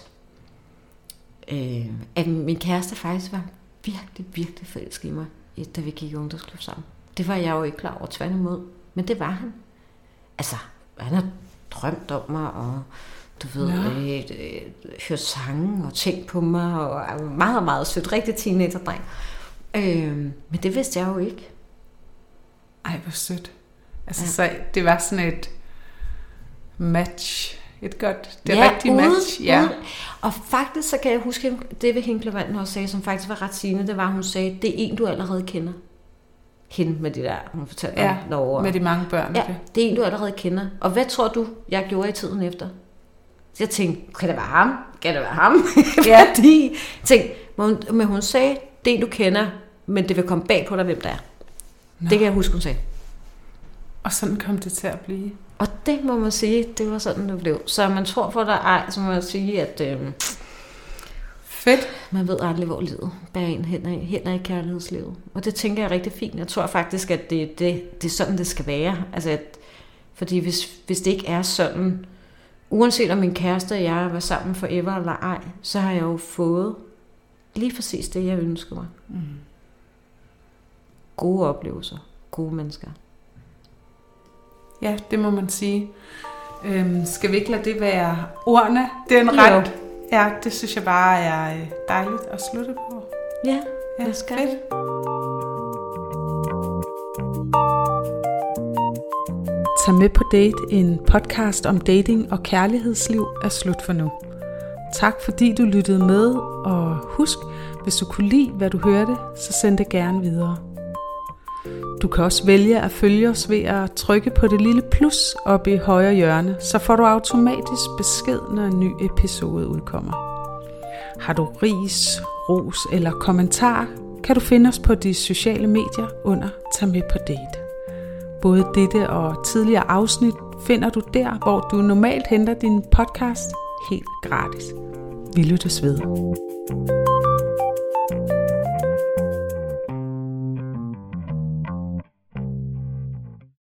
min kæreste faktisk var virkelig, virkelig forelsket i mig, da vi gik i ungdomsklub sammen. Det var jeg jo ikke klar over, tværtimod. Men det var han. Altså, han har drømt om mig, og du ved, hørt sange og tænkt på mig, og er meget, meget sødt, rigtig teenagerdreng. Men det vidste jeg jo ikke. Ej, hvor sødt. Altså, så det var sådan et match. Det rigtige match. Ja. Og faktisk så kan jeg huske, det ved hende klavanten også sagde, som faktisk var ret sigende, det var, hun sagde, det er en, du allerede kender. Hende med de der, hun fortalte om derovre. Med de mange børn. Ja, det er en, du allerede kender. Og hvad tror du, jeg gjorde i tiden efter? Så jeg tænkte, kan det være ham? Ja. Fordi jeg tænkte, men hun sagde, det er en, du kender, men det vil komme bag på dig, hvem der er. Nå. Det kan jeg huske, hun sagde. Og sådan kom det til at blive. Og det må man sige, det var sådan, det blev. Så man tror på dig, så må man sige, at fedt. Man ved aldrig, hvor livet bærer en hen i kærlighedslivet. Og det tænker jeg er rigtig fint. Jeg tror faktisk, at det er sådan, det skal være. Altså, fordi hvis det ikke er sådan, uanset om min kæreste og jeg var sammen forever eller ej, så har jeg jo fået lige præcis det, jeg ønsker mig. Gode oplevelser. Gode mennesker. Ja, det må man sige. Skal vi ikke lade det være ordene? Det er en ret. Ja, det synes jeg bare er dejligt at slutte på. Ja, det skal fedt. Tag med på date, en podcast om dating og kærlighedsliv er slut for nu. Tak fordi du lyttede med, og husk, hvis du kunne lide, hvad du hørte, så send det gerne videre. Du kan også vælge at følge os ved at trykke på det lille plus oppe i højre hjørne, så får du automatisk besked, når en ny episode udkommer. Har du ris, ros eller kommentar, kan du finde os på de sociale medier under Tag med på date. Både dette og tidligere afsnit finder du der, hvor du normalt henter din podcast helt gratis. Vi lyttes ved.